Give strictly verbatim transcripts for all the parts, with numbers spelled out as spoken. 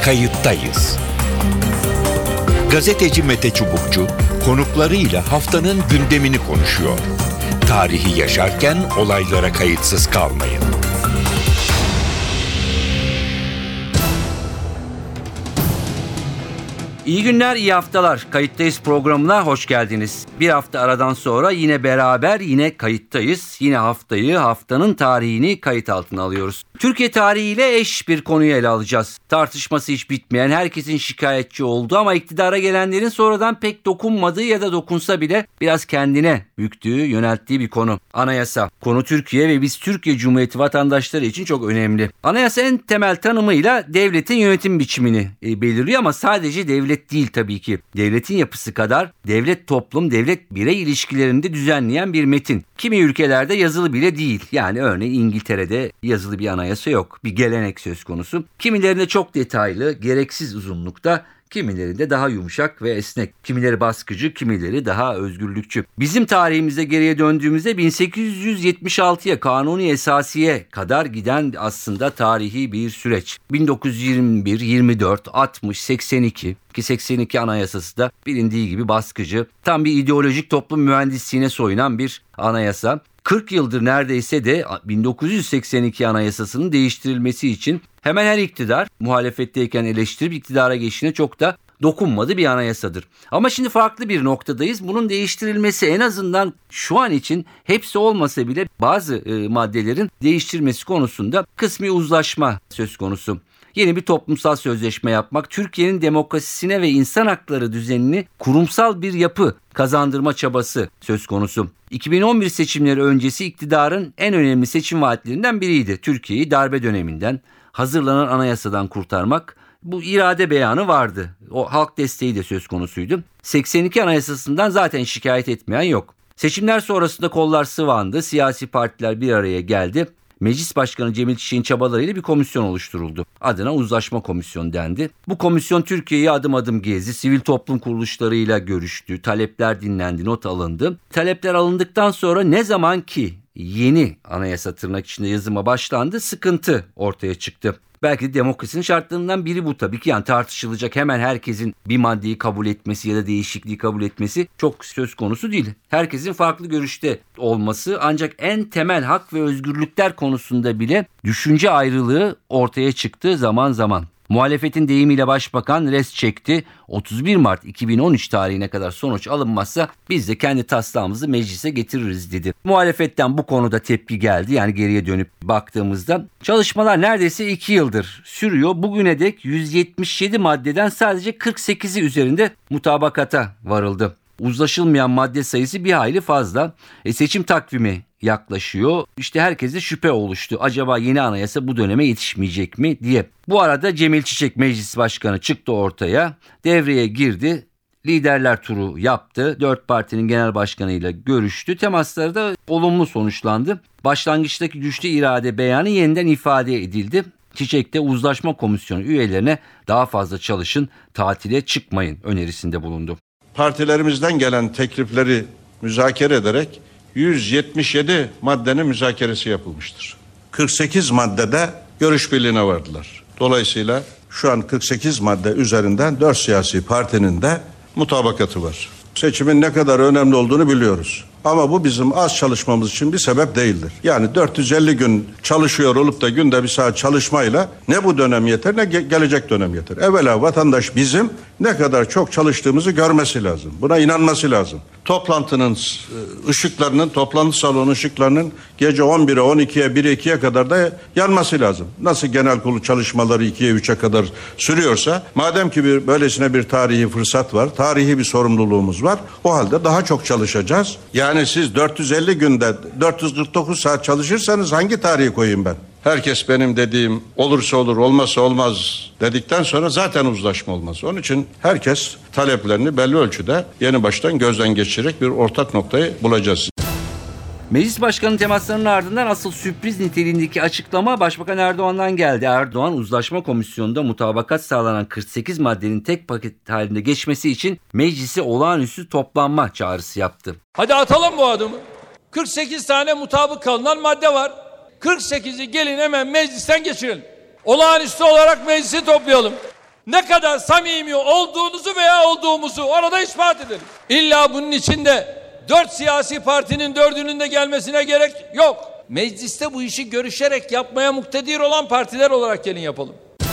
Kayıttayız. Gazeteci Mete Çubukçu konuklarıyla haftanın gündemini konuşuyor. Tarihi yaşarken olaylara kayıtsız kalmayın. İyi günler, iyi haftalar. Kayıttayız programına hoş geldiniz. Bir hafta aradan sonra yine beraber, yine kayıttayız. Yine haftayı, haftanın tarihini kayıt altına alıyoruz. Türkiye tarihiyle eş bir konuyu ele alacağız. Tartışması hiç bitmeyen, herkesin şikayetçi olduğu ama iktidara gelenlerin sonradan pek dokunmadığı ya da dokunsa bile biraz kendine büktüğü, yönelttiği bir konu. Anayasa. Konu Türkiye ve biz Türkiye Cumhuriyeti vatandaşları için çok önemli. Anayasa en temel tanımıyla devletin yönetim biçimini e, belirliyor ama sadece devlet değil tabii ki. Devletin yapısı kadar devlet toplum, devlet birey ilişkilerini de düzenleyen bir metin. Kimi ülkelerde yazılı bile değil. Yani örneğin İngiltere'de yazılı bir anayasa yok. Bir gelenek söz konusu. Kimilerinde çok detaylı, gereksiz uzunlukta, kimilerinde daha yumuşak ve esnek. Kimileri baskıcı, kimileri daha özgürlükçü. Bizim tarihimize geriye döndüğümüzde bin sekiz yüz yetmiş altıya Kanuni Esasiye kadar giden aslında tarihi bir süreç. bin dokuz yüz yirmi bir, yirmi dört, altmış, seksen iki ki seksen iki anayasası da bilindiği gibi baskıcı. Tam bir ideolojik toplum mühendisliğine soyunan bir anayasa. kırk yıldır neredeyse de bin dokuz yüz seksen iki anayasasının değiştirilmesi için hemen her iktidar muhalefetteyken eleştirip iktidara geçişine çok da dokunmadı bir anayasadır. Ama şimdi farklı bir noktadayız. Bunun değiştirilmesi en azından şu an için hepsi olmasa bile bazı e, maddelerin değiştirilmesi konusunda kısmi uzlaşma söz konusu. Yeni bir toplumsal sözleşme yapmak, Türkiye'nin demokrasisine ve insan hakları düzenini kurumsal bir yapı kazandırma çabası söz konusu. iki bin on bir seçimleri öncesi iktidarın en önemli seçim vaatlerinden biriydi. Türkiye'yi darbe döneminden, hazırlanan anayasadan kurtarmak. Bu irade beyanı vardı. O halk desteği de söz konusuydu. seksen iki anayasasından zaten şikayet etmeyen yok. Seçimler sonrasında kollar sıvandı, siyasi partiler bir araya geldi. Meclis Başkanı Cemil Çiçek'in çabalarıyla bir komisyon oluşturuldu. Adına Uzlaşma Komisyonu dendi. Bu komisyon Türkiye'yi adım adım gezdi. Sivil toplum kuruluşlarıyla görüştü. Talepler dinlendi, not alındı. Talepler alındıktan sonra ne zaman ki yeni anayasa tırnak içinde yazıma başlandı, sıkıntı ortaya çıktı. Belki de demokrasinin şartlarından biri bu tabii ki. Yani tartışılacak hemen herkesin bir maddeyi kabul etmesi ya da değişikliği kabul etmesi çok söz konusu değil. Herkesin farklı görüşte olması, ancak en temel hak ve özgürlükler konusunda bile düşünce ayrılığı ortaya çıktığı zaman zaman. Muhalefetin deyimiyle başbakan res çekti. otuz bir Mart iki bin on üç tarihine kadar sonuç alınmazsa biz de kendi taslağımızı meclise getiririz dedi. Muhalefetten bu konuda tepki geldi. Yani geriye dönüp baktığımızda çalışmalar neredeyse iki yıldır sürüyor. Bugüne dek yüz yetmiş yedi maddeden sadece kırk sekizi üzerinde mutabakata varıldı. Uzlaşılmayan madde sayısı bir hayli fazla. E, seçim takvimi yaklaşıyor. İşte herkeste şüphe oluştu. Acaba yeni anayasa bu döneme yetişmeyecek mi diye. Bu arada Cemil Çiçek Meclis Başkanı çıktı ortaya. Devreye girdi. Liderler turu yaptı. Dört partinin genel başkanıyla görüştü. Temasları da olumlu sonuçlandı. Başlangıçtaki güçlü irade beyanı yeniden ifade edildi. Çiçek de Uzlaşma Komisyonu üyelerine daha fazla çalışın, tatile çıkmayın önerisinde bulundu. Partilerimizden gelen teklifleri müzakere ederek yüz yetmiş yedi maddenin müzakeresi yapılmıştır. kırk sekiz maddede görüş birliğine vardılar. Dolayısıyla şu an kırk sekiz madde üzerinden dört siyasi partinin de mutabakatı var. Seçimin ne kadar önemli olduğunu biliyoruz. Ama bu bizim az çalışmamız için bir sebep değildir. Yani dört yüz elli gün çalışıyor olup da günde bir saat çalışmayla ne bu dönem yeter ne ge- gelecek dönem yeter. Evvela vatandaş bizim ne kadar çok çalıştığımızı görmesi lazım. Buna inanması lazım. Toplantının ışıklarının, toplantı salonu ışıklarının gece on bire, on ikiye, bire, ikiye kadar da yanması lazım. Nasıl genel kurulu çalışmaları ikiye, üçe kadar sürüyorsa, madem ki bir böylesine bir tarihi fırsat var, tarihi bir sorumluluğumuz var, o halde daha çok çalışacağız. Yani siz dört yüz elli günde dört yüz kırk dokuz saat çalışırsanız hangi tarihi koyayım ben? Herkes benim dediğim olursa olur, olmazsa olmaz dedikten sonra zaten uzlaşma olmaz. Onun için herkes taleplerini belli ölçüde yeni baştan gözden geçirerek bir ortak noktayı bulacağız. Meclis Başkanı temaslarının ardından asıl sürpriz niteliğindeki açıklama Başbakan Erdoğan'dan geldi. Erdoğan, Uzlaşma Komisyonu'nda mutabakat sağlanan kırk sekiz maddenin tek paket halinde geçmesi için meclisi olağanüstü toplanma çağrısı yaptı. Hadi atalım bu adımı. kırk sekiz tane mutabık kalınan madde var. kırk sekizi gelin hemen meclisten geçirelim. Olağanüstü olarak meclisi toplayalım. ne kadar samimi olduğunuzu veya olduğumuzu orada ispat edelim. İlla bunun içinde dört siyasi partinin dördünün de gelmesine gerek yok. Mecliste bu işi görüşerek yapmaya muktedir olan partiler olarak gelin yapalım.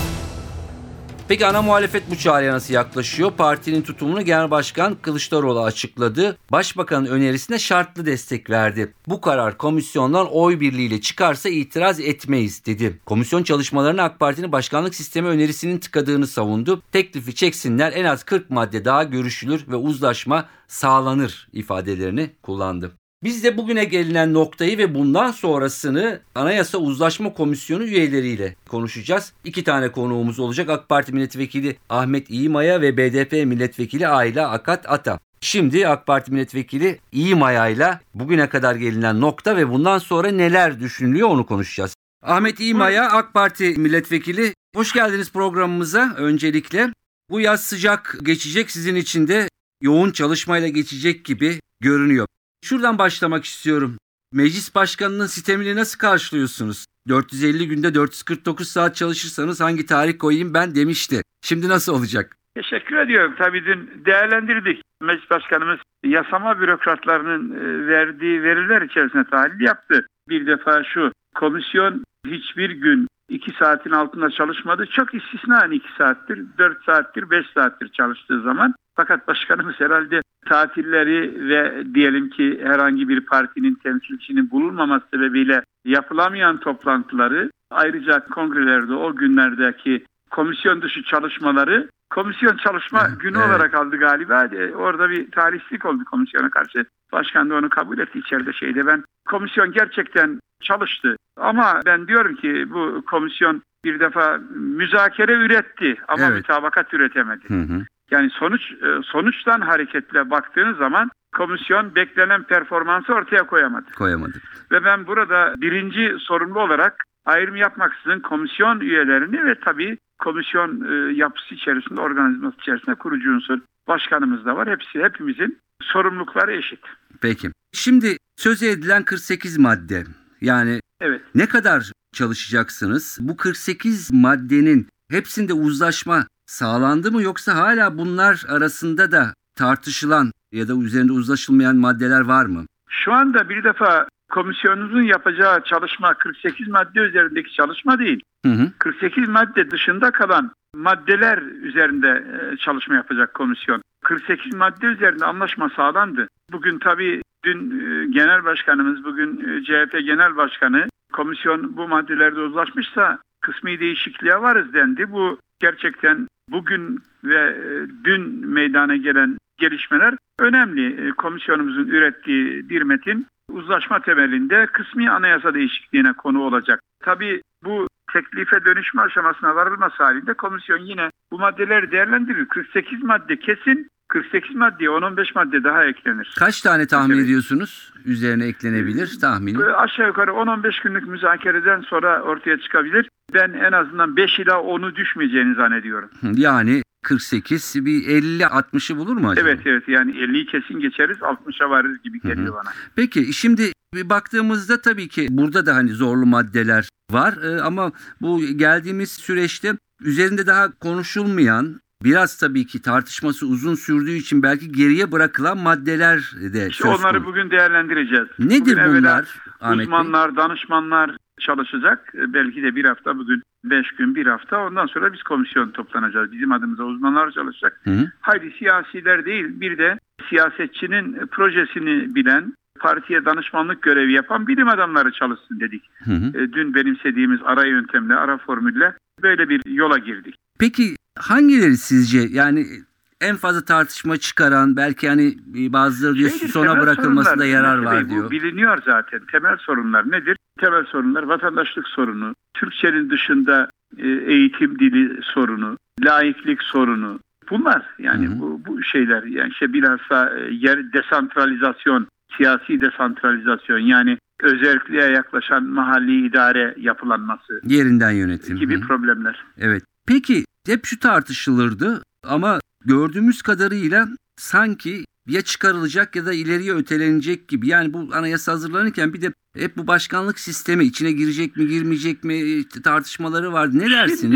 Peki ana muhalefet bu çağrıya nasıl yaklaşıyor? Partinin tutumunu Genel Başkan Kılıçdaroğlu açıkladı. Başbakanın önerisine şartlı destek verdi. Bu karar komisyondan oy birliğiyle çıkarsa itiraz etmeyiz dedi. Komisyon çalışmalarına AK Parti'nin başkanlık sistemi önerisinin tıkadığını savundu. Teklifi çeksinler, en az kırk madde daha görüşülür ve uzlaşma sağlanır ifadelerini kullandı. Biz de bugüne gelinen noktayı ve bundan sonrasını Anayasa Uzlaşma Komisyonu üyeleriyle konuşacağız. İki tane konuğumuz olacak. AK Parti Milletvekili Ahmet İyimaya ve B D P Milletvekili Ayla Akat Ata. Şimdi AK Parti Milletvekili İyimaya ile bugüne kadar gelinen nokta ve bundan sonra neler düşünülüyor onu konuşacağız. Ahmet İyimaya, AK Parti Milletvekili, hoş geldiniz programımıza öncelikle. Bu yaz sıcak geçecek, sizin için de yoğun çalışmayla geçecek gibi görünüyor. Şuradan başlamak istiyorum. Meclis Başkanı'nın sistemini nasıl karşılıyorsunuz? dört yüz elli günde dört yüz kırk dokuz saat çalışırsanız hangi tarih koyayım ben demişti. Şimdi nasıl olacak? Teşekkür ediyorum. Tabii dün değerlendirdik. Meclis Başkanımız yasama bürokratlarının verdiği veriler içerisinde tahlil yaptı. Bir defa şu, komisyon hiçbir gün iki saatin altında çalışmadı. Çok istisnaen iki saattir, dört saattir, beş saattir çalıştığı zaman. Fakat başkanımız herhalde tatilleri ve diyelim ki herhangi bir partinin temsilcisinin bulunmaması sebebiyle yapılamayan toplantıları, ayrıca kongrelerde o günlerdeki komisyon dışı çalışmaları komisyon çalışma günü evet. olarak aldı galiba. Orada bir talihsizlik oldu komisyona karşı. Başkan da onu kabul etti içeride şeyde. Ben komisyon gerçekten çalıştı. Ama ben diyorum ki bu komisyon bir defa müzakere üretti ama evet. mütabakat üretemedi. Hı hı. Yani sonuç sonuçtan hareketle baktığınız zaman komisyon beklenen performansı ortaya koyamadı. Koyamadı. Ve ben burada birinci sorumlu olarak ayrım yapmaksızın komisyon üyelerini ve tabii komisyon e, yapısı içerisinde, organizması içerisinde kurucu unsur başkanımız da var. Hepsi, hepimizin sorumlulukları eşit. Peki. Şimdi söz edilen kırk sekiz madde. Yani evet. Ne kadar çalışacaksınız? Bu kırk sekiz maddenin hepsinde uzlaşma sağlandı mı, yoksa hala bunlar arasında da tartışılan ya da üzerinde uzlaşılmayan maddeler var mı? Şu anda bir defa komisyonunuzun yapacağı çalışma kırk sekiz madde üzerindeki çalışma değil. Hı hı. kırk sekiz madde dışında kalan maddeler üzerinde çalışma yapacak komisyon. kırk sekiz madde üzerinde anlaşma sağlandı. Bugün tabii dün Genel Başkanımız, bugün C H P Genel Başkanı, komisyon bu maddelerde uzlaşmışsa kısmi değişikliğe varız dendi. Bu gerçekten bugün ve dün meydana gelen gelişmeler önemli. Komisyonumuzun ürettiği bir metin uzlaşma temelinde kısmi anayasa değişikliğine konu olacak. Tabii bu teklife dönüşme aşamasına varılması halinde komisyon yine bu maddeleri değerlendirir. kırk sekiz madde kesin, kırk sekiz maddeye on on beş madde daha eklenir. Kaç tane tahmin evet. ediyorsunuz üzerine eklenebilir tahmini? Aşağı yukarı on on beş günlük müzakereden sonra ortaya çıkabilir. Ben en azından beş ila onu düşmeyeceğini zannediyorum. Yani kırk sekiz bir elli altmışı bulur mu acaba? Evet evet, yani elliyi kesin geçeriz, altmışa varırız gibi geliyor Hı-hı. bana. Peki şimdi bir baktığımızda tabii ki burada da hani zorlu maddeler var ee, ama bu geldiğimiz süreçte üzerinde daha konuşulmayan, biraz tabii ki tartışması uzun sürdüğü için belki geriye bırakılan maddeler de İşte söz onları konu. bugün değerlendireceğiz. Nedir bugün bunlar Ahmet uzmanlar, Bey? danışmanlar çalışacak. Belki de bir hafta, bugün beş gün, bir hafta. Ondan sonra biz komisyon toplanacağız. Bizim adımıza uzmanlar çalışacak. Hı hı. Haydi siyasiler değil, bir de siyasetçinin projesini bilen, partiye danışmanlık görevi yapan bilim adamları çalışsın dedik. Hı hı. Dün benimsediğimiz ara yöntemle, ara formülle böyle bir yola girdik. Peki hangileri sizce, yani en fazla tartışma çıkaran, belki hani bazıları diyor Şeydir, sona bırakılmasında yarar var Bey, diyor. Bu biliniyor zaten. Temel sorunlar nedir? Temel sorunlar vatandaşlık sorunu, Türkçenin dışında eğitim dili sorunu, laiklik sorunu. Bunlar yani hı hı. bu bu şeyler, yani işte bilhassa yer desantralizasyon, siyasi desantralizasyon, yani özelliğe yaklaşan mahalli idare yapılanması, yerinden yönetim gibi hı. problemler. Evet. Peki hep şu tartışılırdı ama gördüğümüz kadarıyla sanki ya çıkarılacak ya da ileriye ötelenecek gibi. Yani bu anayasa hazırlanırken bir de hep bu başkanlık sistemi içine girecek mi girmeyecek mi tartışmaları vardı. Ne dersiniz? Şimdi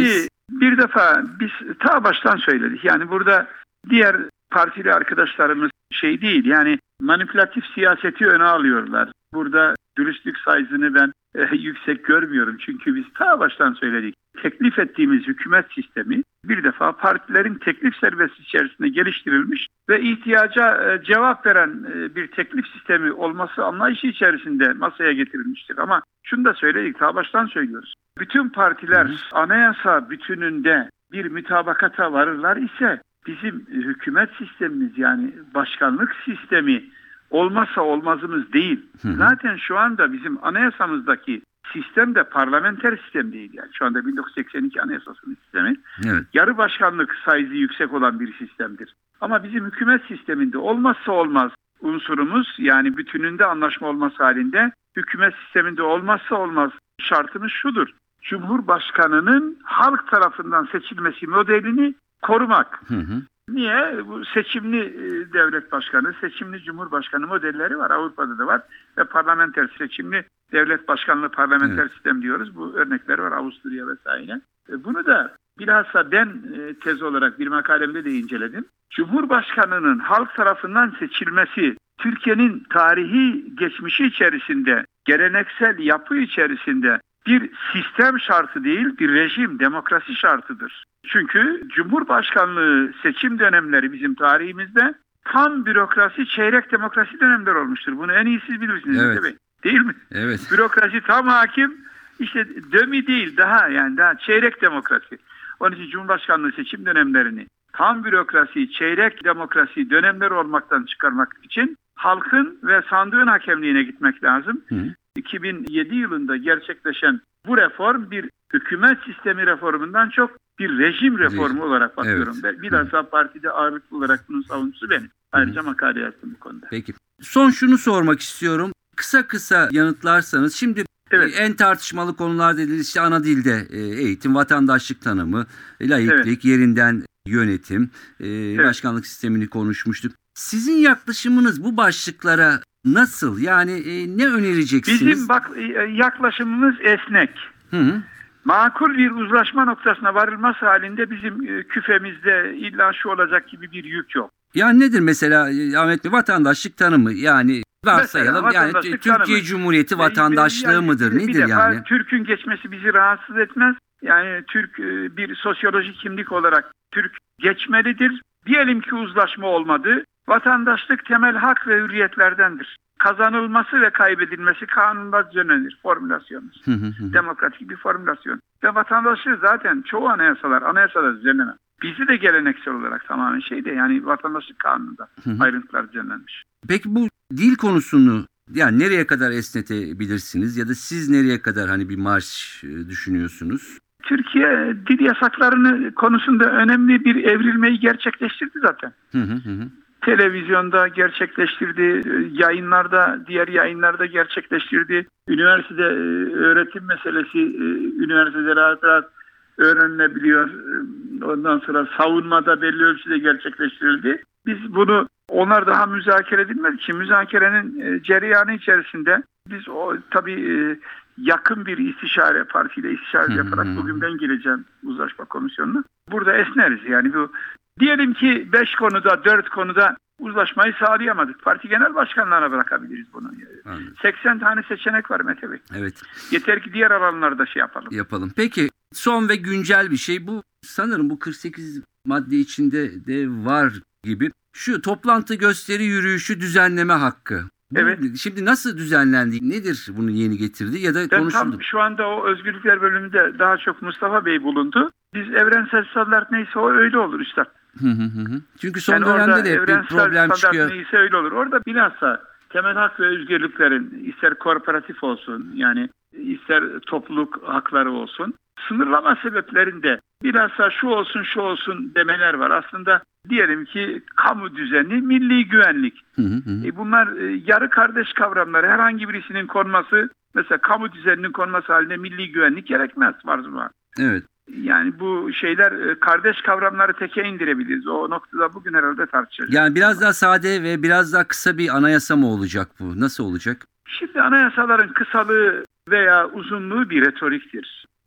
Bir defa biz ta baştan söyledik. Yani burada diğer partili arkadaşlarımız şey değil. Yani manipülatif siyaseti öne alıyorlar. Burada dürüstlük sayısını ben e, yüksek görmüyorum. Çünkü biz ta baştan söyledik. Teklif ettiğimiz hükümet sistemi bir defa partilerin teklif serbestisi içerisinde geliştirilmiş ve ihtiyaca e, cevap veren e, bir teklif sistemi olması anlayışı içerisinde masaya getirilmiştir. Ama şunu da söyledik, ta baştan söylüyoruz. Bütün partiler hı hı. anayasa bütününde bir mütabakata varırlar ise bizim hükümet sistemimiz, yani başkanlık sistemi olmazsa olmazımız değil. Hı hı. Zaten şu anda bizim anayasamızdaki sistem de parlamenter sistem değil. Yani şu anda bin dokuz yüz seksen iki Anayasası'nın sistemi evet. yarı başkanlık sayısı yüksek olan bir sistemdir. Ama bizim hükümet sisteminde olmazsa olmaz unsurumuz, yani bütününde anlaşma olması halinde hükümet sisteminde olmazsa olmaz şartımız şudur: Cumhurbaşkanının halk tarafından seçilmesi modelini korumak. Hı hı. Niye? Bu seçimli devlet başkanı, seçimli cumhurbaşkanı modelleri var. Avrupa'da da var. Ve parlamenter seçimli devlet başkanlığı parlamenter evet. sistem diyoruz. Bu örnekler var, Avusturya vesaire. Bunu da bilhassa ben tez olarak bir makalemde de inceledim. Cumhurbaşkanının halk tarafından seçilmesi Türkiye'nin tarihi geçmişi içerisinde, geleneksel yapı içerisinde bir sistem şartı değil, bir rejim, demokrasi şartıdır. Çünkü Cumhurbaşkanlığı seçim dönemleri bizim tarihimizde tam bürokrasi, çeyrek demokrasi dönemler olmuştur. Bunu en iyi siz bilirsiniz. Evet. Değil mi? Değil mi? Evet. Bürokrasi tam hakim, işte dömi değil, daha yani daha çeyrek demokrasi. Onun için Cumhurbaşkanlığı seçim dönemlerini tam bürokrasi, çeyrek demokrasi dönemler olmaktan çıkarmak için halkın ve sandığın hakemliğine gitmek lazım. Hı. iki bin yedi yılında gerçekleşen bu reform bir hükümet sistemi reformundan çok bir rejim reformu rejim. olarak bakıyorum. Evet. Bilhassa Hı. partide ağırlıklı olarak bunun savunucusu benim. Ayrıca Hı. makale yazdım bu konuda. Peki. Son şunu sormak istiyorum. Kısa kısa yanıtlarsanız, şimdi evet. en tartışmalı konular dediğiniz işte ana dilde eğitim, vatandaşlık tanımı, laiklik, evet. yerinden yönetim, evet. başkanlık sistemini konuşmuştuk. Sizin yaklaşımınız bu başlıklara nasıl? Yani ne önereceksiniz? Bizim bak yaklaşımımız esnek. Hı hı. Makul bir uzlaşma noktasına varılması halinde bizim küfemizde illa şu olacak gibi bir yük yok. Yani nedir mesela Ahmet Bey, vatandaşlık tanımı? Yani varsayalım mesela, yani Türkiye tanımı. Cumhuriyeti vatandaşlığı yani, mıdır? Nedir bir defa, yani? Türk'ün geçmesi bizi rahatsız etmez. Yani Türk bir sosyolojik kimlik olarak Türk geçmelidir. Diyelim ki uzlaşma olmadı. Vatandaşlık temel hak ve hürriyetlerdendir. Kazanılması ve kaybedilmesi kanunla düzenlenir. Formülasyonuz. Demokratik bir formülasyon. Ve vatandaşlığı zaten çoğu anayasalar, anayasada düzenlemez. Bizi de geleneksel olarak tamamen şeyde, yani vatandaşlık kanununda hı hı. ayrıntılar düzenlenmiş. Peki bu dil konusunu yani nereye kadar esnetebilirsiniz ya da siz nereye kadar hani bir marş düşünüyorsunuz? Türkiye dil yasaklarını konusunda önemli bir evrilmeyi gerçekleştirdi zaten. Hı hı hı. Televizyonda gerçekleştirdi, yayınlarda, diğer yayınlarda gerçekleştirdi. Üniversite öğretim meselesi üniversitede rahat rahat öğrenilebiliyor. Ondan sonra savunmada belli ölçüde gerçekleştirildi. Biz bunu, onlar daha müzakere edilmedi ki, müzakerenin cereyanı içerisinde biz o tabii yakın bir istişare, partiyle istişare yaparak bugün ben gireceğim uzlaşma komisyonuna. Burada esneriz yani bu. Diyelim ki beş konuda, dört konuda uzlaşmayı sağlayamadık. Parti genel başkanlarına bırakabiliriz bunu. Anladım. seksen tane seçenek var Mete Bey. Evet. Yeter ki diğer alanlarda şey yapalım. Yapalım. Peki son ve güncel bir şey bu. Sanırım bu kırk sekiz madde içinde de var gibi. Şu toplantı, gösteri, yürüyüşü düzenleme hakkı. Bu, evet. Şimdi nasıl düzenlendi? Nedir bunu yeni getirdi ya da ben konuşuldu? Tam şu anda o özgürlükler bölümünde daha çok Mustafa Bey bulundu. Biz evrensel standart neyse o öyle olur üstad. Hı hı hı. Çünkü son yani dönemde de hep bir problem çıkıyor. Neyse öyle olur. Orada bilhassa temel hak ve özgürlüklerin ister kooperatif olsun, yani ister topluluk hakları olsun, sınırlama sebeplerinde bilhassa şu olsun şu olsun demeler var. Aslında diyelim ki kamu düzeni, milli güvenlik. Hı hı. E bunlar e, yarı kardeş kavramları. Herhangi birisinin konması, mesela kamu düzeninin konması halinde milli güvenlik gerekmez farzuma. Evet. Yani bu şeyler, kardeş kavramları teke indirebiliriz. O noktada bugün herhalde tartışacağız. Yani biraz daha sade ve biraz daha kısa bir anayasa mı olacak bu? Nasıl olacak? Şimdi anayasaların kısalığı veya uzunluğu bir retoriktir. Bir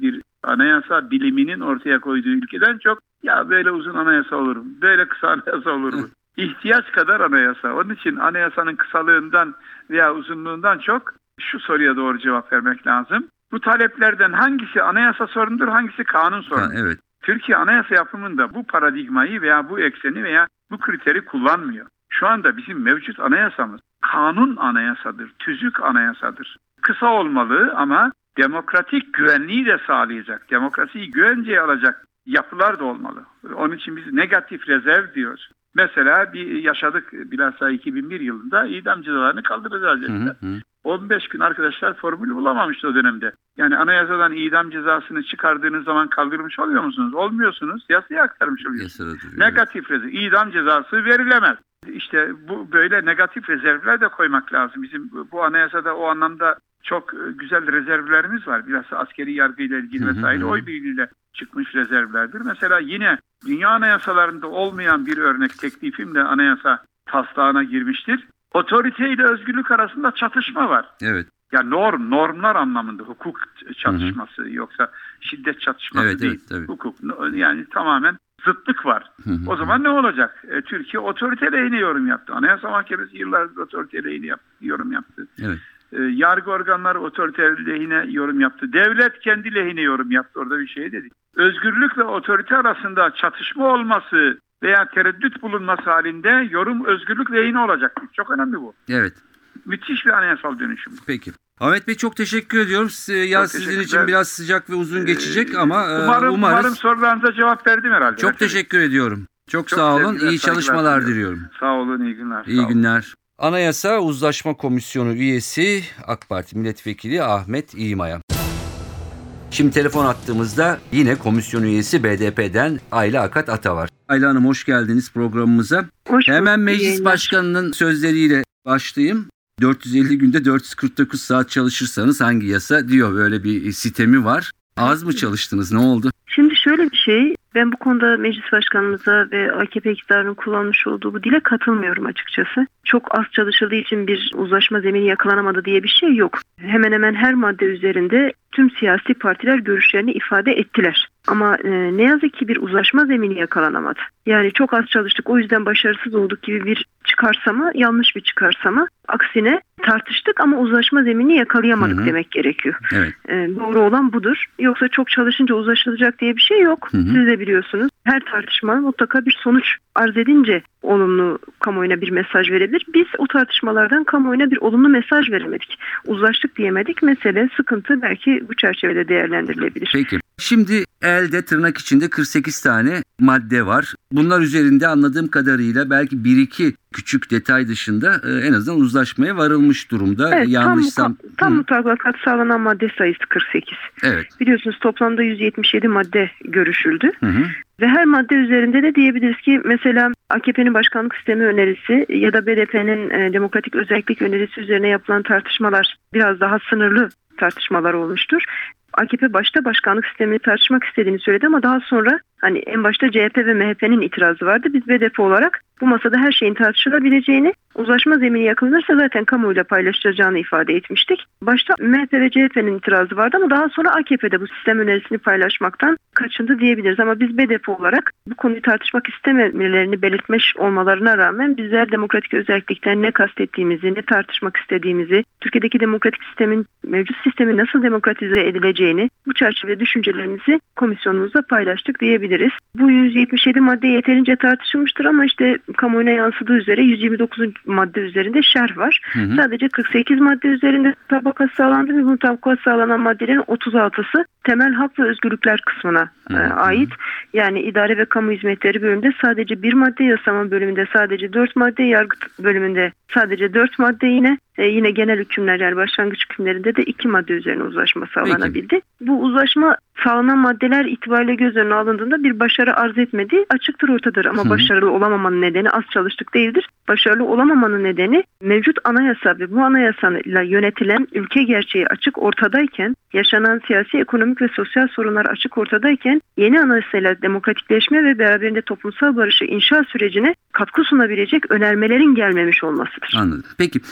Anayasa biliminin ortaya koyduğu ülkeden çok ya böyle uzun anayasa olur mu? Böyle kısa anayasa olur mu? İhtiyaç kadar anayasa. Onun için anayasanın kısalığından veya uzunluğundan çok şu soruya doğru cevap vermek lazım. Bu taleplerden hangisi anayasa sorunudur, hangisi kanun sorunudur? Evet. Türkiye anayasa yapımında bu paradigmayı veya bu ekseni veya bu kriteri kullanmıyor. Şu anda bizim mevcut anayasamız kanun anayasadır, tüzük anayasadır. Kısa olmalı ama demokratik güvenliği de sağlayacak, demokrasiyi güvenceye alacak yapılar da olmalı. Onun için biz negatif rezerv diyoruz. Mesela bir yaşadık bilhassa iki bin bir yılında idam cezalarını kaldıracağız dediler. Hı hı. on beş gün arkadaşlar formülü bulamamıştı o dönemde. Yani anayasadan idam cezasını çıkardığınız zaman kaldırmış oluyor musunuz? Olmuyorsunuz. Yasaya aktarmış oluyorsunuz. Yasada, negatif rezerv. İdam cezası verilemez. İşte bu böyle negatif rezervler de koymak lazım. Bizim bu anayasada o anlamda çok güzel rezervlerimiz var. Bilhassa askeri yargıyla ilgili vesaire oy birliğiyle çıkmış rezervlerdir. Mesela yine dünya anayasalarında olmayan bir örnek teklifimle anayasa taslağına girmiştir. Otorite ile özgürlük arasında çatışma var. Evet. Ya norm, normlar anlamında hukuk çatışması, hı hı, yoksa şiddet çatışması evet, değil. Evet, hukuk yani tamamen zıtlık var. Hı hı. O zaman ne olacak? E, Türkiye otorite lehine yorum yaptı. Anayasa Mahkemesi yıllardır otorite lehine yap, yorum yaptı. Evet. E, yargı organları otorite lehine yorum yaptı. Devlet kendi lehine yorum yaptı. Orada bir şey dedik. Özgürlük ve otorite arasında çatışma olması veya tereddüt bulunması halinde yorum özgürlük lehine olacak. Çok önemli bu. Evet. Müthiş bir anayasal dönüşüm. Peki. Ahmet Bey çok teşekkür ediyorum. Ya sizin için biraz sıcak ve uzun geçecek ee, ama umarım, umarız. Umarım sorularınıza cevap verdim herhalde. Çok Mesela. teşekkür ediyorum. Çok, çok sağ olun. İyi çalışmalar diliyorum. Sağ olun. İyi günler. İyi günler. Anayasa Uzlaşma Komisyonu üyesi AK Parti Milletvekili Ahmet İğmaya. Şimdi telefon attığımızda yine komisyon üyesi B D P'den Ayla Akat Ata var. Ayla Hanım hoş geldiniz programımıza. Hoş Hemen Meclis Başkanı'nın sözleriyle başlayayım. dört yüz elli günde dört yüz kırk dokuz saat çalışırsanız hangi yasa diyor, böyle bir sitemi var. Az mı çalıştınız, ne oldu? Şimdi şöyle bir şey, ben bu konuda meclis başkanımıza ve A K P iktidarının kullanmış olduğu bu dile katılmıyorum açıkçası. Çok az çalışıldığı için bir uzlaşma zemini yakalanamadı diye bir şey yok. Hemen hemen her madde üzerinde tüm siyasi partiler görüşlerini ifade ettiler. Ama e, ne yazık ki bir uzlaşma zemini yakalanamadı. Yani çok az çalıştık, o yüzden başarısız olduk gibi bir çıkarsama, yanlış bir çıkarsama. Aksine tartıştık ama uzlaşma zeminini yakalayamadık, hı hı, demek gerekiyor. Evet. E, doğru olan budur. Yoksa çok çalışınca uzlaşılacak diye bir şey yok. Hı hı. Siz de biliyorsunuz. Her tartışma mutlaka bir sonuç arz edince olumlu kamuoyuna bir mesaj verebilir. Biz o tartışmalardan kamuoyuna bir olumlu mesaj veremedik. Uzlaştık diyemedik. Mesele, sıkıntı belki bu çerçevede değerlendirilebilir. Peki. Şimdi elde tırnak içinde kırk sekiz tane madde var. Bunlar üzerinde anladığım kadarıyla belki bir iki küçük detay dışında en azından uzlaşmaya varılmış durumda. Evet, Yanlışsam... tam, muka- tam mutabakat sağlanan madde sayısı kırk sekiz. Evet. Biliyorsunuz toplamda yüz yetmiş yedi madde görüşüldü. Hı hı. Ve her madde üzerinde de diyebiliriz ki mesela A K P'nin başkanlık sistemi önerisi ya da B D P'nin e, demokratik özellik önerisi üzerine yapılan tartışmalar biraz daha sınırlı tartışmalar olmuştur. A K P başta başkanlık sistemini tartışmak istediğini söyledi ama daha sonra hani en başta C H P ve M H P'nin itirazı vardı. Biz B D P olarak bu masada her şeyin tartışılabileceğini, uzlaşma zemini yakalanırsa zaten kamuoyuyla paylaşılacağını ifade etmiştik. Başta M H P ve C H P'nin itirazı vardı ama daha sonra A K P'de bu sistem önerisini paylaşmaktan kaçındı diyebiliriz. Ama biz B D P olarak bu konuyu tartışmak istememelerini belirtmiş olmalarına rağmen bizler demokratik özellikten ne kastettiğimizi, ne tartışmak istediğimizi, Türkiye'deki demokratik sistemin, mevcut sistemin nasıl demokratize edileceğini, bu çerçevede düşüncelerimizi komisyonumuzda paylaştık diyebiliriz. Bu yüz yetmiş yedi madde yeterince tartışılmıştır ama işte kamuoyuna yansıdığı üzere yüz yirmi dokuz madde üzerinde şerh var. Hı hı. Sadece kırk sekiz madde üzerinde tabakat sağlandı ve bu tabakat sağlanan maddelerin otuz altısı temel hak ve özgürlükler kısmına hı hı. E, ait. Yani idare ve kamu hizmetleri bölümünde sadece bir madde, yasama bölümünde sadece dört madde, yargı bölümünde sadece dört madde, yine e, yine genel hükümler yani başlangıç hükümlerinde de iki madde üzerine uzlaşma sağlanabildi. Peki. Bu uzlaşma sağlanan maddeler itibariyle göz önüne alındığında bir başarı arz etmediği açıktır, ortadır. Ama hı. başarılı olamamanın nedeni az çalıştık değildir. Başarılı olamamanın nedeni mevcut anayasa ve bu anayasayla yönetilen ülke gerçeği açık ortadayken, yaşanan siyasi, ekonomik ve sosyal sorunlar açık ortadayken yeni anayasayla demokratikleşme ve beraberinde toplumsal barışı inşa sürecine katkı sunabilecek önermelerin gelmemiş olmasıdır. Anladım. Peki. Başarısız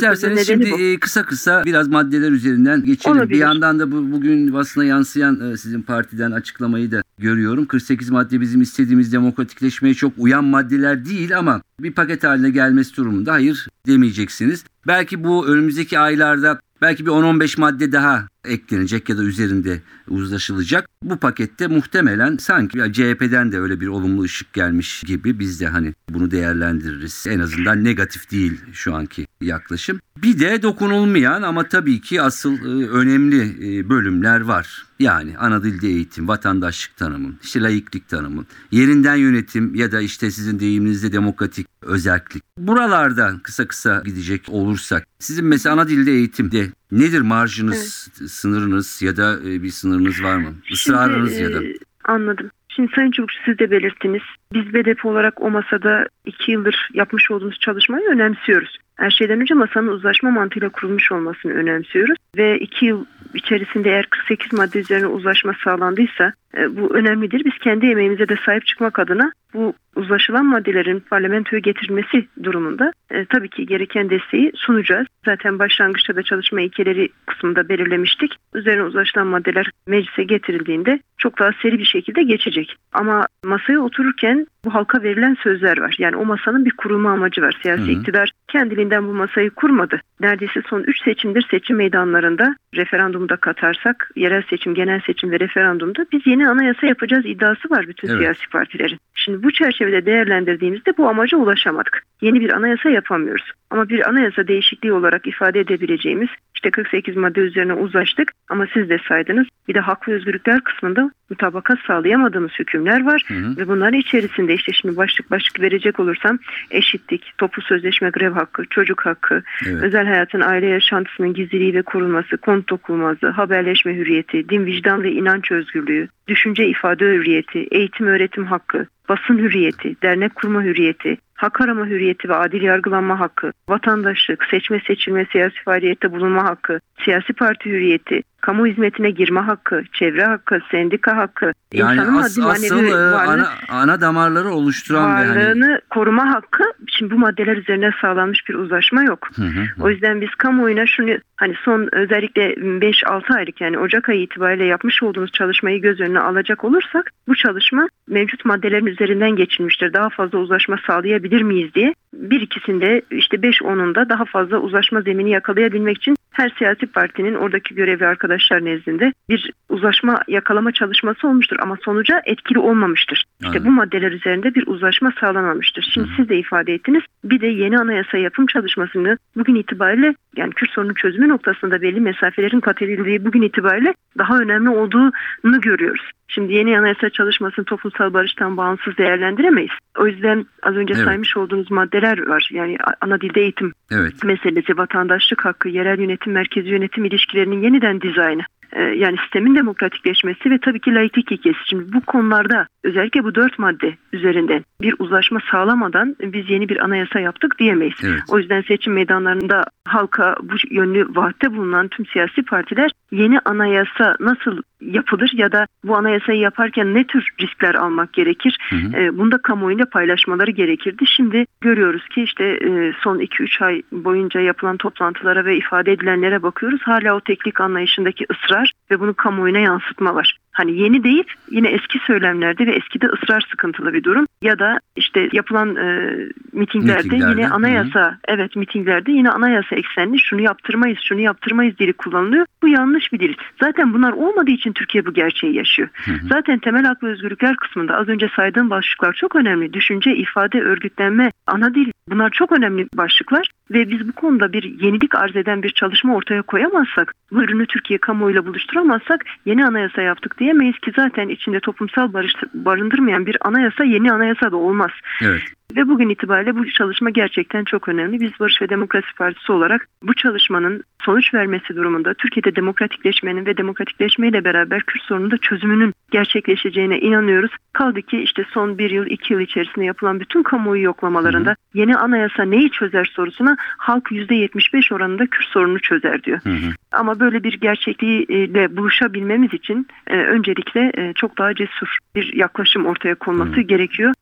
İsterseniz Nedeni şimdi bu. e, kısa kısa biraz maddeler üzerinden geçelim. Olabilir. Bir yandan da bu, bugün basına yansıyan e, sizin partiden açıklamayı da görüyorum. kırk sekiz madde bizim istediğimiz demokratikleşmeye çok uyan maddeler değil ama bir paket haline gelmesi durumunda hayır demeyeceksiniz. Belki bu önümüzdeki aylarda belki bir on on beş madde daha eklenecek ya da üzerinde uzlaşılacak. Bu pakette muhtemelen sanki ya C H P'den de öyle bir olumlu ışık gelmiş gibi biz de hani bunu değerlendiririz. En azından negatif değil şu anki yaklaşım. Bir de dokunulmayan ama tabii ki asıl e, önemli e, bölümler var. Yani ana dilde eğitim, vatandaşlık tanımı, işte laiklik tanımı, yerinden yönetim ya da işte sizin deyiminizde demokratik özerklik. Buralardan kısa kısa gidecek olursak sizin mesela ana dilde eğitimde nedir marjınız, evet. sınırınız ya da e, bir sınırınız var mı? Israrınız Şimdi, ya da. E, anladım. Şimdi Sayın Çubukçu siz de belirttiniz. Biz B D P olarak o masada iki yıldır yapmış olduğumuz çalışmayı önemsiyoruz. Her şeyden önce masanın uzlaşma mantığıyla kurulmuş olmasını önemsiyoruz. Ve iki yıl içerisinde eğer kırk sekiz madde üzerine uzlaşma sağlandıysa e, bu önemlidir. Biz kendi emeğimize de sahip çıkmak adına bu uzlaşılan maddelerin parlamentoya getirilmesi durumunda e, tabii ki gereken desteği sunacağız. Zaten başlangıçta da çalışma ilkeleri kısmında belirlemiştik. Üzerine uzlaşılan maddeler meclise getirildiğinde çok daha seri bir şekilde geçecek. Ama masaya otururken bu halka verilen sözler var. Yani o masanın bir kurulma amacı var. Siyasi Hı-hı. iktidar kendiliğinden bu masayı kurmadı. Neredeyse son üç seçimdir seçim meydanlarında, referandumda katarsak, yerel seçim, genel seçim ve referandumda biz yeni anayasa yapacağız iddiası var bütün evet. siyasi partilerin. Şimdi bu çerçevede değerlendirdiğimizde bu amaca ulaşamadık. Yeni bir anayasa yapamıyoruz. Ama bir anayasa değişikliği olarak ifade edebileceğimiz işte kırk sekiz madde üzerine uzlaştık ama siz de saydınız. Bir de hak ve özgürlükler kısmında mutabakat sağlayamadığımız hükümler var. Hı hı. Ve bunların içerisinde işte şimdi başlık başlık verecek olursam eşitlik, toplu sözleşme grev hakkı, çocuk hakkı, evet. özel hayatın aile yaşantısının gizliliği ve korunması, konut dokunulmazlığı, haberleşme hürriyeti, din, vicdan ve inanç özgürlüğü, düşünce ifade hürriyeti, eğitim öğretim hakkı, basın hürriyeti, dernek kurma hürriyeti, hak arama hürriyeti ve adil yargılanma hakkı, vatandaşlık, seçme seçilme siyasi faaliyette bulunma hakkı, siyasi parti hürriyeti, kamu hizmetine girme hakkı, çevre hakkı, sendika hakkı, yani insanın as, maddi asıl manevi varlığı, ana, ana damarları oluşturan varlığını ve hani... koruma hakkı. Şimdi bu maddeler üzerine sağlanmış bir uzlaşma yok. Hı hı hı. O yüzden biz kamuoyuna şunu hani son özellikle beş altı aylık yani Ocak ayı itibariyle yapmış olduğumuz çalışmayı göz önüne alacak olursak bu çalışma mevcut maddelerin üzerinden geçilmiştir. Daha fazla uzlaşma sağlayabilir miyiz diye. Bir ikisinde işte beş onunda daha fazla uzlaşma zemini yakalayabilmek için her siyasi partinin oradaki görevli arkadaşlar nezdinde bir uzlaşma yakalama çalışması olmuştur ama sonuca etkili olmamıştır. İşte Aynen. bu maddeler üzerinde bir uzlaşma sağlanamamıştır. Şimdi Hı. siz de ifade ettiniz. Bir de yeni anayasa yapım çalışmasını bugün itibariyle yani Kürt sorunu çözümü noktasında belli mesafelerin kat edildiği bugün itibariyle daha önemli olduğunu görüyoruz. Şimdi yeni anayasa çalışmasını toplumsal barıştan bağımsız değerlendiremeyiz. O yüzden az önce evet. saymış olduğunuz maddeler var. Yani ana dilde eğitim evet. meselesi, vatandaşlık hakkı, yerel yönetim, merkezi yönetim ilişkilerinin yeniden dizaynı. Yani sistemin demokratikleşmesi ve tabii ki laiklik ilkesi. Şimdi bu konularda özellikle bu dört madde üzerinden bir uzlaşma sağlamadan biz yeni bir anayasa yaptık diyemeyiz. Evet. O yüzden seçim meydanlarında halka bu yönlü vaatte bulunan tüm siyasi partiler yeni anayasa nasıl yapılır ya da bu anayasayı yaparken ne tür riskler almak gerekir? Hı hı. Bunu da kamuoyuyla paylaşmaları gerekirdi. Şimdi görüyoruz ki işte son iki üç ay boyunca yapılan toplantılara ve ifade edilenlere bakıyoruz. Hala o teklik anlayışındaki ısrar ve bunu kamuoyuna yansıtma var. Hani yeni değil yine eski söylemlerde ve eskide ısrar sıkıntılı bir durum ya da işte yapılan e, mitinglerde, mitinglerde yine anayasa hı. evet mitinglerde yine anayasa eksenli şunu yaptırmayız şunu yaptırmayız dili kullanılıyor. Bu yanlış bir dil. Zaten bunlar olmadığı için Türkiye bu gerçeği yaşıyor. Hı hı. Zaten temel hak ve özgürlükler kısmında az önce saydığım başlıklar çok önemli. Düşünce, ifade, örgütlenme, ana dil bunlar çok önemli başlıklar ve biz bu konuda bir yenilik arz eden bir çalışma ortaya koyamazsak, bu ürünü Türkiye kamuoyuyla buluşturamazsak yeni anayasa yaptık diyemeyiz ki zaten içinde toplumsal barış barındırmayan bir anayasa yeni anayasa da olmaz. Evet. Ve bugün itibariyle bu çalışma gerçekten çok önemli. Biz Barış ve Demokrasi Partisi olarak bu çalışmanın sonuç vermesi durumunda Türkiye'de demokratikleşmenin ve demokratikleşmeyle beraber Kürt sorununda çözümünün gerçekleşeceğine inanıyoruz. Kaldı ki işte son bir yıl, iki yıl içerisinde yapılan bütün kamuoyu yoklamalarında hı hı. yeni anayasa neyi çözer sorusuna halk yüzde yetmiş beş oranında Kürt sorununu çözer diyor. Hı hı. Ama böyle bir gerçekliğiyle buluşabilmemiz için e, öncelikle e, çok daha cesur bir yaklaşım ortaya konması hı. gerekiyor.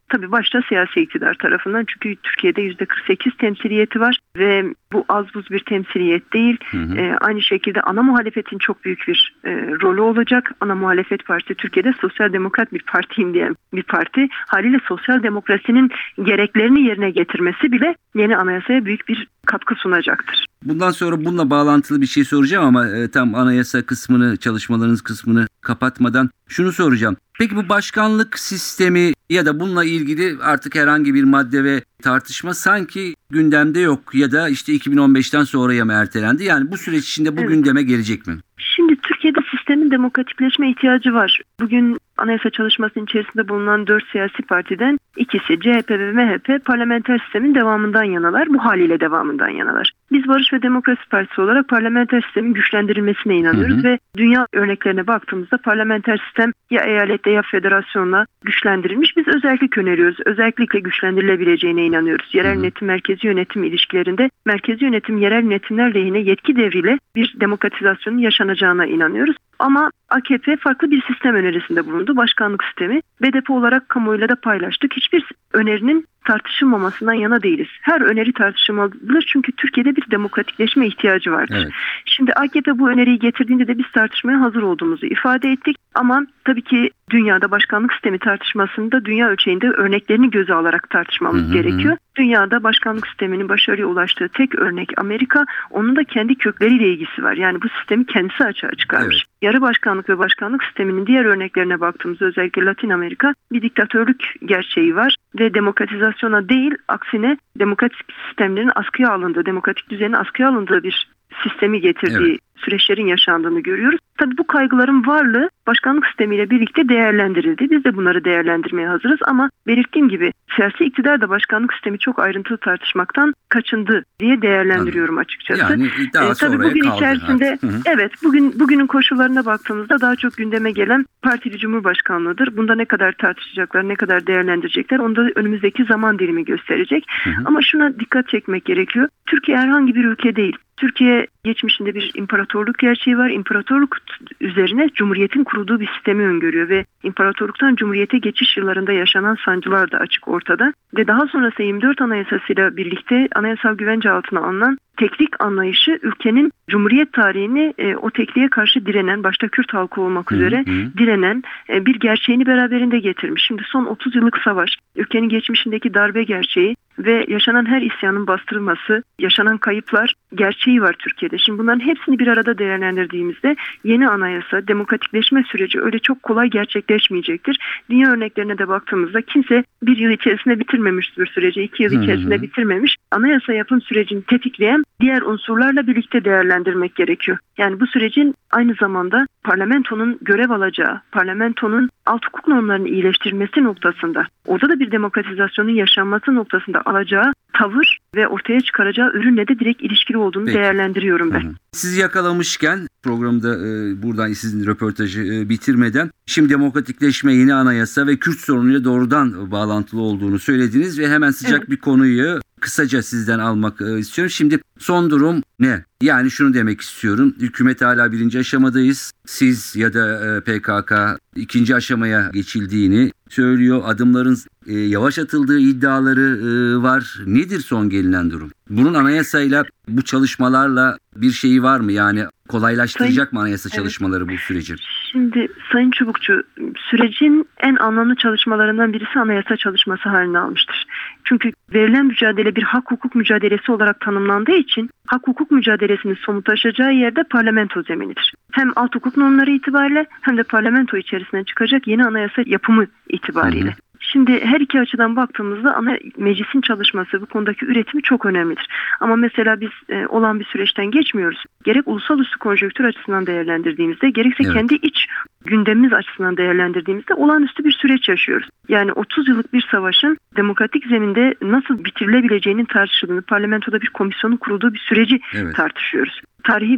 Tabii başta siyasi iktidar tarafından, çünkü Türkiye'de yüzde kırk sekiz temsiliyeti var ve bu az buz bir temsiliyet değil. Hı hı. E, aynı şekilde ana muhalefetin çok büyük bir e, rolü olacak. Ana muhalefet partisi Türkiye'de sosyal demokrat bir partiyim diyen bir parti. Haliyle sosyal demokrasinin gereklerini yerine getirmesi bile yeni anayasaya büyük bir katkı sunacaktır. Bundan sonra bununla bağlantılı bir şey soracağım ama e, tam anayasa kısmını, çalışmalarınız kısmını kapatmadan şunu soracağım. Peki bu başkanlık sistemi ya da bununla ilgili artık herhangi bir madde ve tartışma sanki gündemde yok ya da işte iki bin on beşten sonraya mı ertelendi? Yani bu süreç içinde bu evet. gündeme gelecek mi? Şimdi Türkiye'de sistemin demokratikleşme ihtiyacı var. Bugün anayasa çalışmasının içerisinde bulunan dört siyasi partiden ikisi C H P ve M H P parlamenter sistemin devamından yanalar. Bu haliyle devamından yanalar. Biz Barış ve Demokrasi Partisi olarak parlamenter sistemin güçlendirilmesine inanıyoruz. Hı hı. Ve dünya örneklerine baktığımızda parlamenter sistem ya eyalette ya federasyonla güçlendirilmiş. Biz özellik öneriyoruz. Özellikle güçlendirilebileceğine inanıyoruz. Yerel hı hı. yönetim, merkezi yönetim ilişkilerinde merkezi yönetim yerel yönetimler lehine yetki devriyle bir demokratizasyonun yaşanacağına inanıyoruz. Ama A K P farklı bir sistem önerisinde bulundu. Başkanlık sistemi. B D P olarak kamuoyuyla da paylaştık. Hiçbir önerinin tartışılmamasından yana değiliz. Her öneri tartışılmalıdır çünkü Türkiye'de bir demokratikleşme ihtiyacı vardır. Evet. Şimdi A K P bu öneriyi getirdiğinde de biz tartışmaya hazır olduğumuzu ifade ettik. Ama tabii ki dünyada başkanlık sistemi tartışmasında dünya ölçeğinde örneklerini göze alarak tartışmamız hı hı. gerekiyor. Dünyada başkanlık sisteminin başarıya ulaştığı tek örnek Amerika. Onun da kendi kökleriyle ilgisi var. Yani bu sistemi kendisi açığa çıkarmış. Evet. Yarı başkanlık ve başkanlık sisteminin diğer örneklerine baktığımızda özellikle Latin Amerika bir diktatörlük gerçeği var ve demokratizasyona değil aksine demokratik sistemlerin askıya alındığı, demokratik düzenin askıya alındığı bir sistemi getirdiği evet. süreçlerin yaşandığını görüyoruz. Tabii bu kaygıların varlığı başkanlık sistemiyle birlikte değerlendirildi. Biz de bunları değerlendirmeye hazırız ama belirttiğim gibi siyasi iktidar da başkanlık sistemi çok ayrıntılı tartışmaktan kaçındı diye değerlendiriyorum açıkçası. Yani daha ee, tabii bugün içerisinde evet bugün bugünün koşullarına baktığımızda daha çok gündeme gelen partili cumhurbaşkanlığıdır. Bunda ne kadar tartışacaklar, ne kadar değerlendirecekler onu da önümüzdeki zaman dilimi gösterecek. Hı hı. Ama şuna dikkat çekmek gerekiyor. Türkiye herhangi bir ülke değil. Türkiye geçmişinde bir imparatorluk gerçeği var. İmparatorluk üzerine cumhuriyetin kurulduğu bir sistemi öngörüyor ve imparatorluktan cumhuriyete geçiş yıllarında yaşanan sancılar da açık ortada. Ve daha sonrası yirmi dört Anayasası'yla birlikte anayasal güvence altına alınan teklik anlayışı ülkenin cumhuriyet tarihini e, o tekliğe karşı direnen, başta Kürt halkı olmak üzere hı hı. direnen e, bir gerçeğini beraberinde getirmiş. Şimdi son otuz yıllık savaş, ülkenin geçmişindeki darbe gerçeği ve yaşanan her isyanın bastırılması, yaşanan kayıplar gerçeği var Türkiye'de. Şimdi bunların hepsini bir arada değerlendirdiğimizde yeni anayasa, demokratikleşme süreci öyle çok kolay gerçekleşmeyecektir. Dünya örneklerine de baktığımızda kimse bir yıl içerisinde bitirmemiş bir süreci, iki yıl içerisinde hı hı. bitirmemiş. Anayasa yapım sürecini tetikleyen diğer unsurlarla birlikte değerlendirmek gerekiyor. Yani bu sürecin aynı zamanda parlamentonun görev alacağı, parlamentonun alt hukuk normlarını iyileştirilmesi noktasında, orada da bir demokratizasyonun yaşanması noktasında alacağı tavır ve ortaya çıkaracağı ürünle de direkt ilişkili olduğunu Peki. değerlendiriyorum ben. Hı hı. Sizi yakalamışken programda e, buradan sizin röportajı e, bitirmeden şimdi demokratikleşme, yeni anayasa ve Kürt sorunuyla doğrudan bağlantılı olduğunu söylediniz ve hemen sıcak evet. bir konuyu kısaca sizden almak e, istiyorum. Şimdi son durum ne? Yani şunu demek istiyorum. Hükümet hala birinci aşamadayız. Siz ya da e, P K K ikinci aşamaya geçildiğini söylüyor. Adımların e, yavaş atıldığı iddiaları e, var. Nedir son gelinen durum? Bunun anayasayla, bu çalışmalarla bir şeyi var mı? Yani kolaylaştıracak Sayın, mı anayasa evet. çalışmaları bu süreci? Şimdi Sayın Çubukçu, sürecin en anlamlı çalışmalarından birisi anayasa çalışması haline almıştır. Çünkü verilen mücadele bir hak hukuk mücadelesi olarak tanımlandığı için hak hukuk mücadelesinin somutlaşacağı yerde parlamento zeminidir. Hem alt hukuk normları itibariyle hem de parlamento içerisinden çıkacak yeni anayasa yapımı itibariyle. Hı hı. Şimdi her iki açıdan baktığımızda ana meclisin çalışması, bu konudaki üretimi çok önemlidir. Ama mesela biz e, olan bir süreçten geçmiyoruz. Gerek uluslararası konjonktür açısından değerlendirdiğimizde, gerekse evet. kendi iç gündemimiz açısından değerlendirdiğimizde olağanüstü bir süreç yaşıyoruz. Yani otuz yıllık bir savaşın demokratik zeminde nasıl bitirilebileceğinin tartışıldığını, parlamentoda bir komisyonun kurulduğu bir süreci evet. tartışıyoruz. Tarihi bir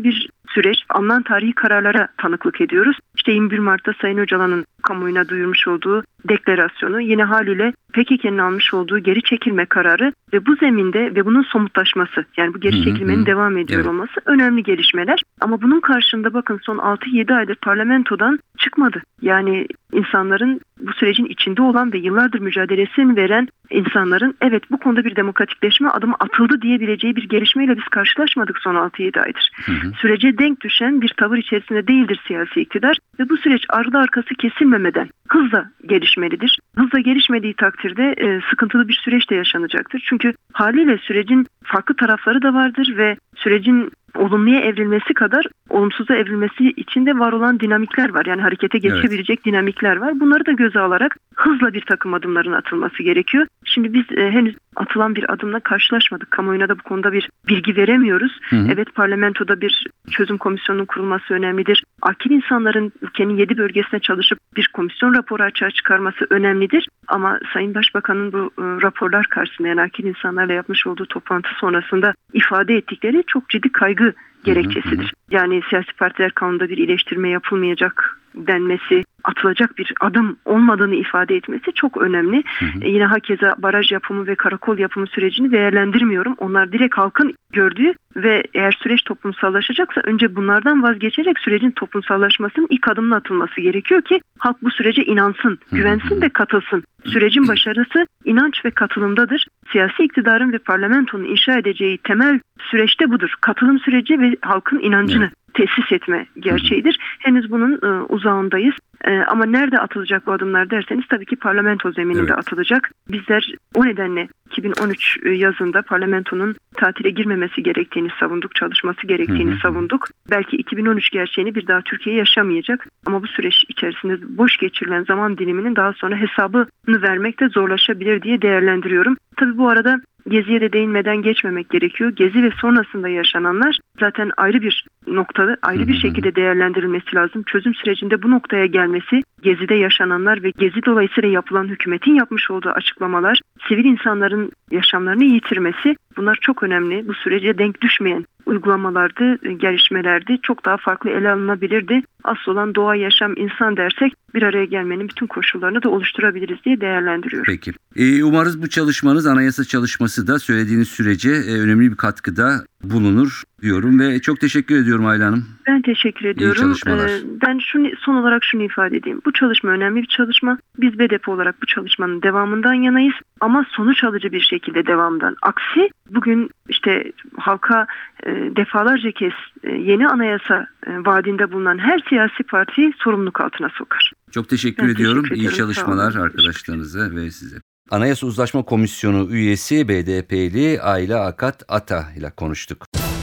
süreç, alınan tarihi kararlara tanıklık ediyoruz. İşte yirmi bir Mart'ta Sayın Öcalan'ın kamuoyuna duyurmuş olduğu deklarasyonu, yine haliyle P K K'nın almış olduğu geri çekilme kararı ve bu zeminde ve bunun somutlaşması, yani bu geri çekilmenin devam ediyor Evet. olması önemli gelişmeler. Ama bunun karşında bakın son altı yedi aydır parlamentodan çıkmadı. Yani insanların, bu sürecin içinde olan ve yıllardır mücadelesini veren insanların evet bu konuda bir demokratikleşme adımı atıldı diyebileceği bir gelişmeyle biz karşılaşmadık son altı yedi aydır. Hı hı. Sürece denk düşen bir tavır içerisinde değildir siyasi iktidar ve bu süreç ardı arkası kesilmemeden hızla gelişmelidir. Hızla gelişmediği takdirde e, sıkıntılı bir süreç de yaşanacaktır. Çünkü haliyle sürecin farklı tarafları da vardır ve sürecin olumluya evrilmesi kadar olumsuza evrilmesi için de var olan dinamikler var. Yani harekete geçebilecek evet. dinamikler var. Bunları da göze alarak hızla bir takım adımların atılması gerekiyor. Şimdi biz e, henüz atılan bir adımla karşılaşmadık. Kamuoyuna da bu konuda bir bilgi veremiyoruz. Hı hı. Evet, parlamentoda bir çözüm komisyonunun kurulması önemlidir. Akil insanların ülkenin yedi bölgesine çalışıp bir komisyon raporu açığa çıkarması önemlidir. Ama Sayın Başbakan'ın bu e, raporlar karşısında, yani akil insanlarla yapmış olduğu toplantı sonrasında ifade ettikleri çok ciddi kaygı gerekçesidir. Yani siyasi partiler kanununda bir iyileştirme yapılmayacak denmesi, atılacak bir adım olmadığını ifade etmesi çok önemli. Hı hı. E yine hakeza baraj yapımı ve karakol yapımı sürecini değerlendirmiyorum. Onlar direkt halkın gördüğü ve eğer süreç toplumsallaşacaksa önce bunlardan vazgeçerek sürecin toplumsallaşmasının ilk adımını atılması gerekiyor ki halk bu sürece inansın, güvensin ve katılsın. Sürecin başarısı inanç ve katılımdadır. Siyasi iktidarın ve parlamentonun inşa edeceği temel süreçte budur. Katılım süreci ve halkın inancını evet. tesis etme gerçeğidir. Henüz bunun e, uzağındayız. E, ama nerede atılacak bu adımlar derseniz tabii ki parlamento zemininde evet. atılacak. Bizler o nedenle iki bin on üç yazında parlamentonun tatile girmemesi gerektiğini savunduk, çalışması gerektiğini hı hı. savunduk. Belki iki bin on üç gerçeğini bir daha Türkiye yaşamayacak ama bu süreç içerisinde boş geçirilen zaman diliminin daha sonra hesabını vermek de zorlaşabilir diye değerlendiriyorum. Tabii bu arada Gezi'ye de değinmeden geçmemek gerekiyor. Gezi ve sonrasında yaşananlar zaten ayrı bir noktada, ayrı bir şekilde değerlendirilmesi lazım. Çözüm sürecinde bu noktaya gelmesi, Gezi'de yaşananlar ve Gezi dolayısıyla yapılan hükümetin yapmış olduğu açıklamalar, sivil insanların yaşamlarını yitirmesi, bunlar çok önemli. Bu sürece denk düşmeyen uygulamalardı, gelişmelerdi. Çok daha farklı ele alınabilirdi. Asıl olan doğa, yaşam, insan dersek bir araya gelmenin bütün koşullarını da oluşturabiliriz diye değerlendiriyorum. Peki. Ee, umarız bu çalışmanız, anayasa çalışması da söylediğiniz sürece e, önemli bir katkıda bulunur diyorum ve çok teşekkür ediyorum Ayla Hanım. Ben teşekkür ediyorum. İyi çalışmalar. Ee, ben şunu, son olarak şunu ifade edeyim. Bu çalışma önemli bir çalışma. Biz B D P olarak bu çalışmanın devamından yanayız ama sonuç alıcı bir şekilde devamdan. Aksi bugün işte halka e, defalarca kez e, yeni anayasa e, vaadinde bulunan her siyasi partiyi sorumluluk altına sokar. Çok teşekkür ben ediyorum. Teşekkür İyi çalışmalar arkadaşlarınıza ve size. Anayasa Uzlaşma Komisyonu üyesi B D P'li Ayla Akat Ata ile konuştuk.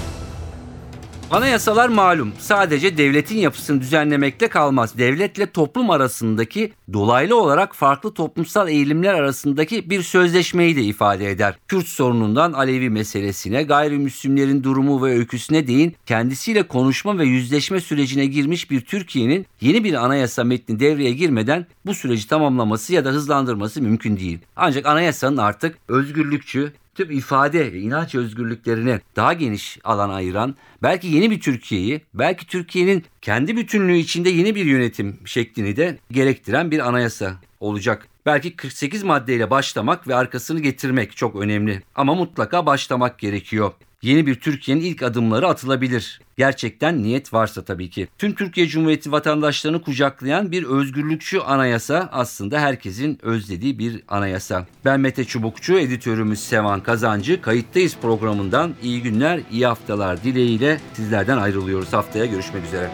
Anayasalar malum sadece devletin yapısını düzenlemekle kalmaz. Devletle toplum arasındaki dolaylı olarak farklı toplumsal eğilimler arasındaki bir sözleşmeyi de ifade eder. Kürt sorunundan Alevi meselesine, gayrimüslimlerin durumu ve öyküsüne değin kendisiyle konuşma ve yüzleşme sürecine girmiş bir Türkiye'nin yeni bir anayasa metni devreye girmeden bu süreci tamamlaması ya da hızlandırması mümkün değil. Ancak anayasanın artık özgürlükçü, tüm ifade ve inanç özgürlüklerine daha geniş alan ayıran, belki yeni bir Türkiye'yi, belki Türkiye'nin kendi bütünlüğü içinde yeni bir yönetim şeklini de gerektiren bir anayasa olacak. Belki kırk sekiz maddeyle başlamak ve arkasını getirmek çok önemli ama mutlaka başlamak gerekiyor. Yeni bir Türkiye'nin ilk adımları atılabilir. Gerçekten niyet varsa tabii ki. Tüm Türkiye Cumhuriyeti vatandaşlarını kucaklayan bir özgürlükçü anayasa aslında herkesin özlediği bir anayasa. Ben Mete Çubukçu, editörümüz Sevan Kazancı. Kayıttayız programından iyi günler, iyi haftalar dileğiyle sizlerden ayrılıyoruz. Haftaya görüşmek üzere.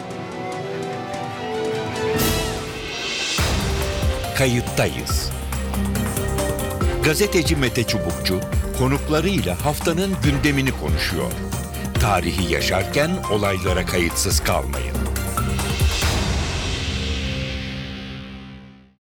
Kayıttayız. Gazeteci Mete Çubukçu konuklarıyla haftanın gündemini konuşuyor. Tarihi yaşarken olaylara kayıtsız kalmayın.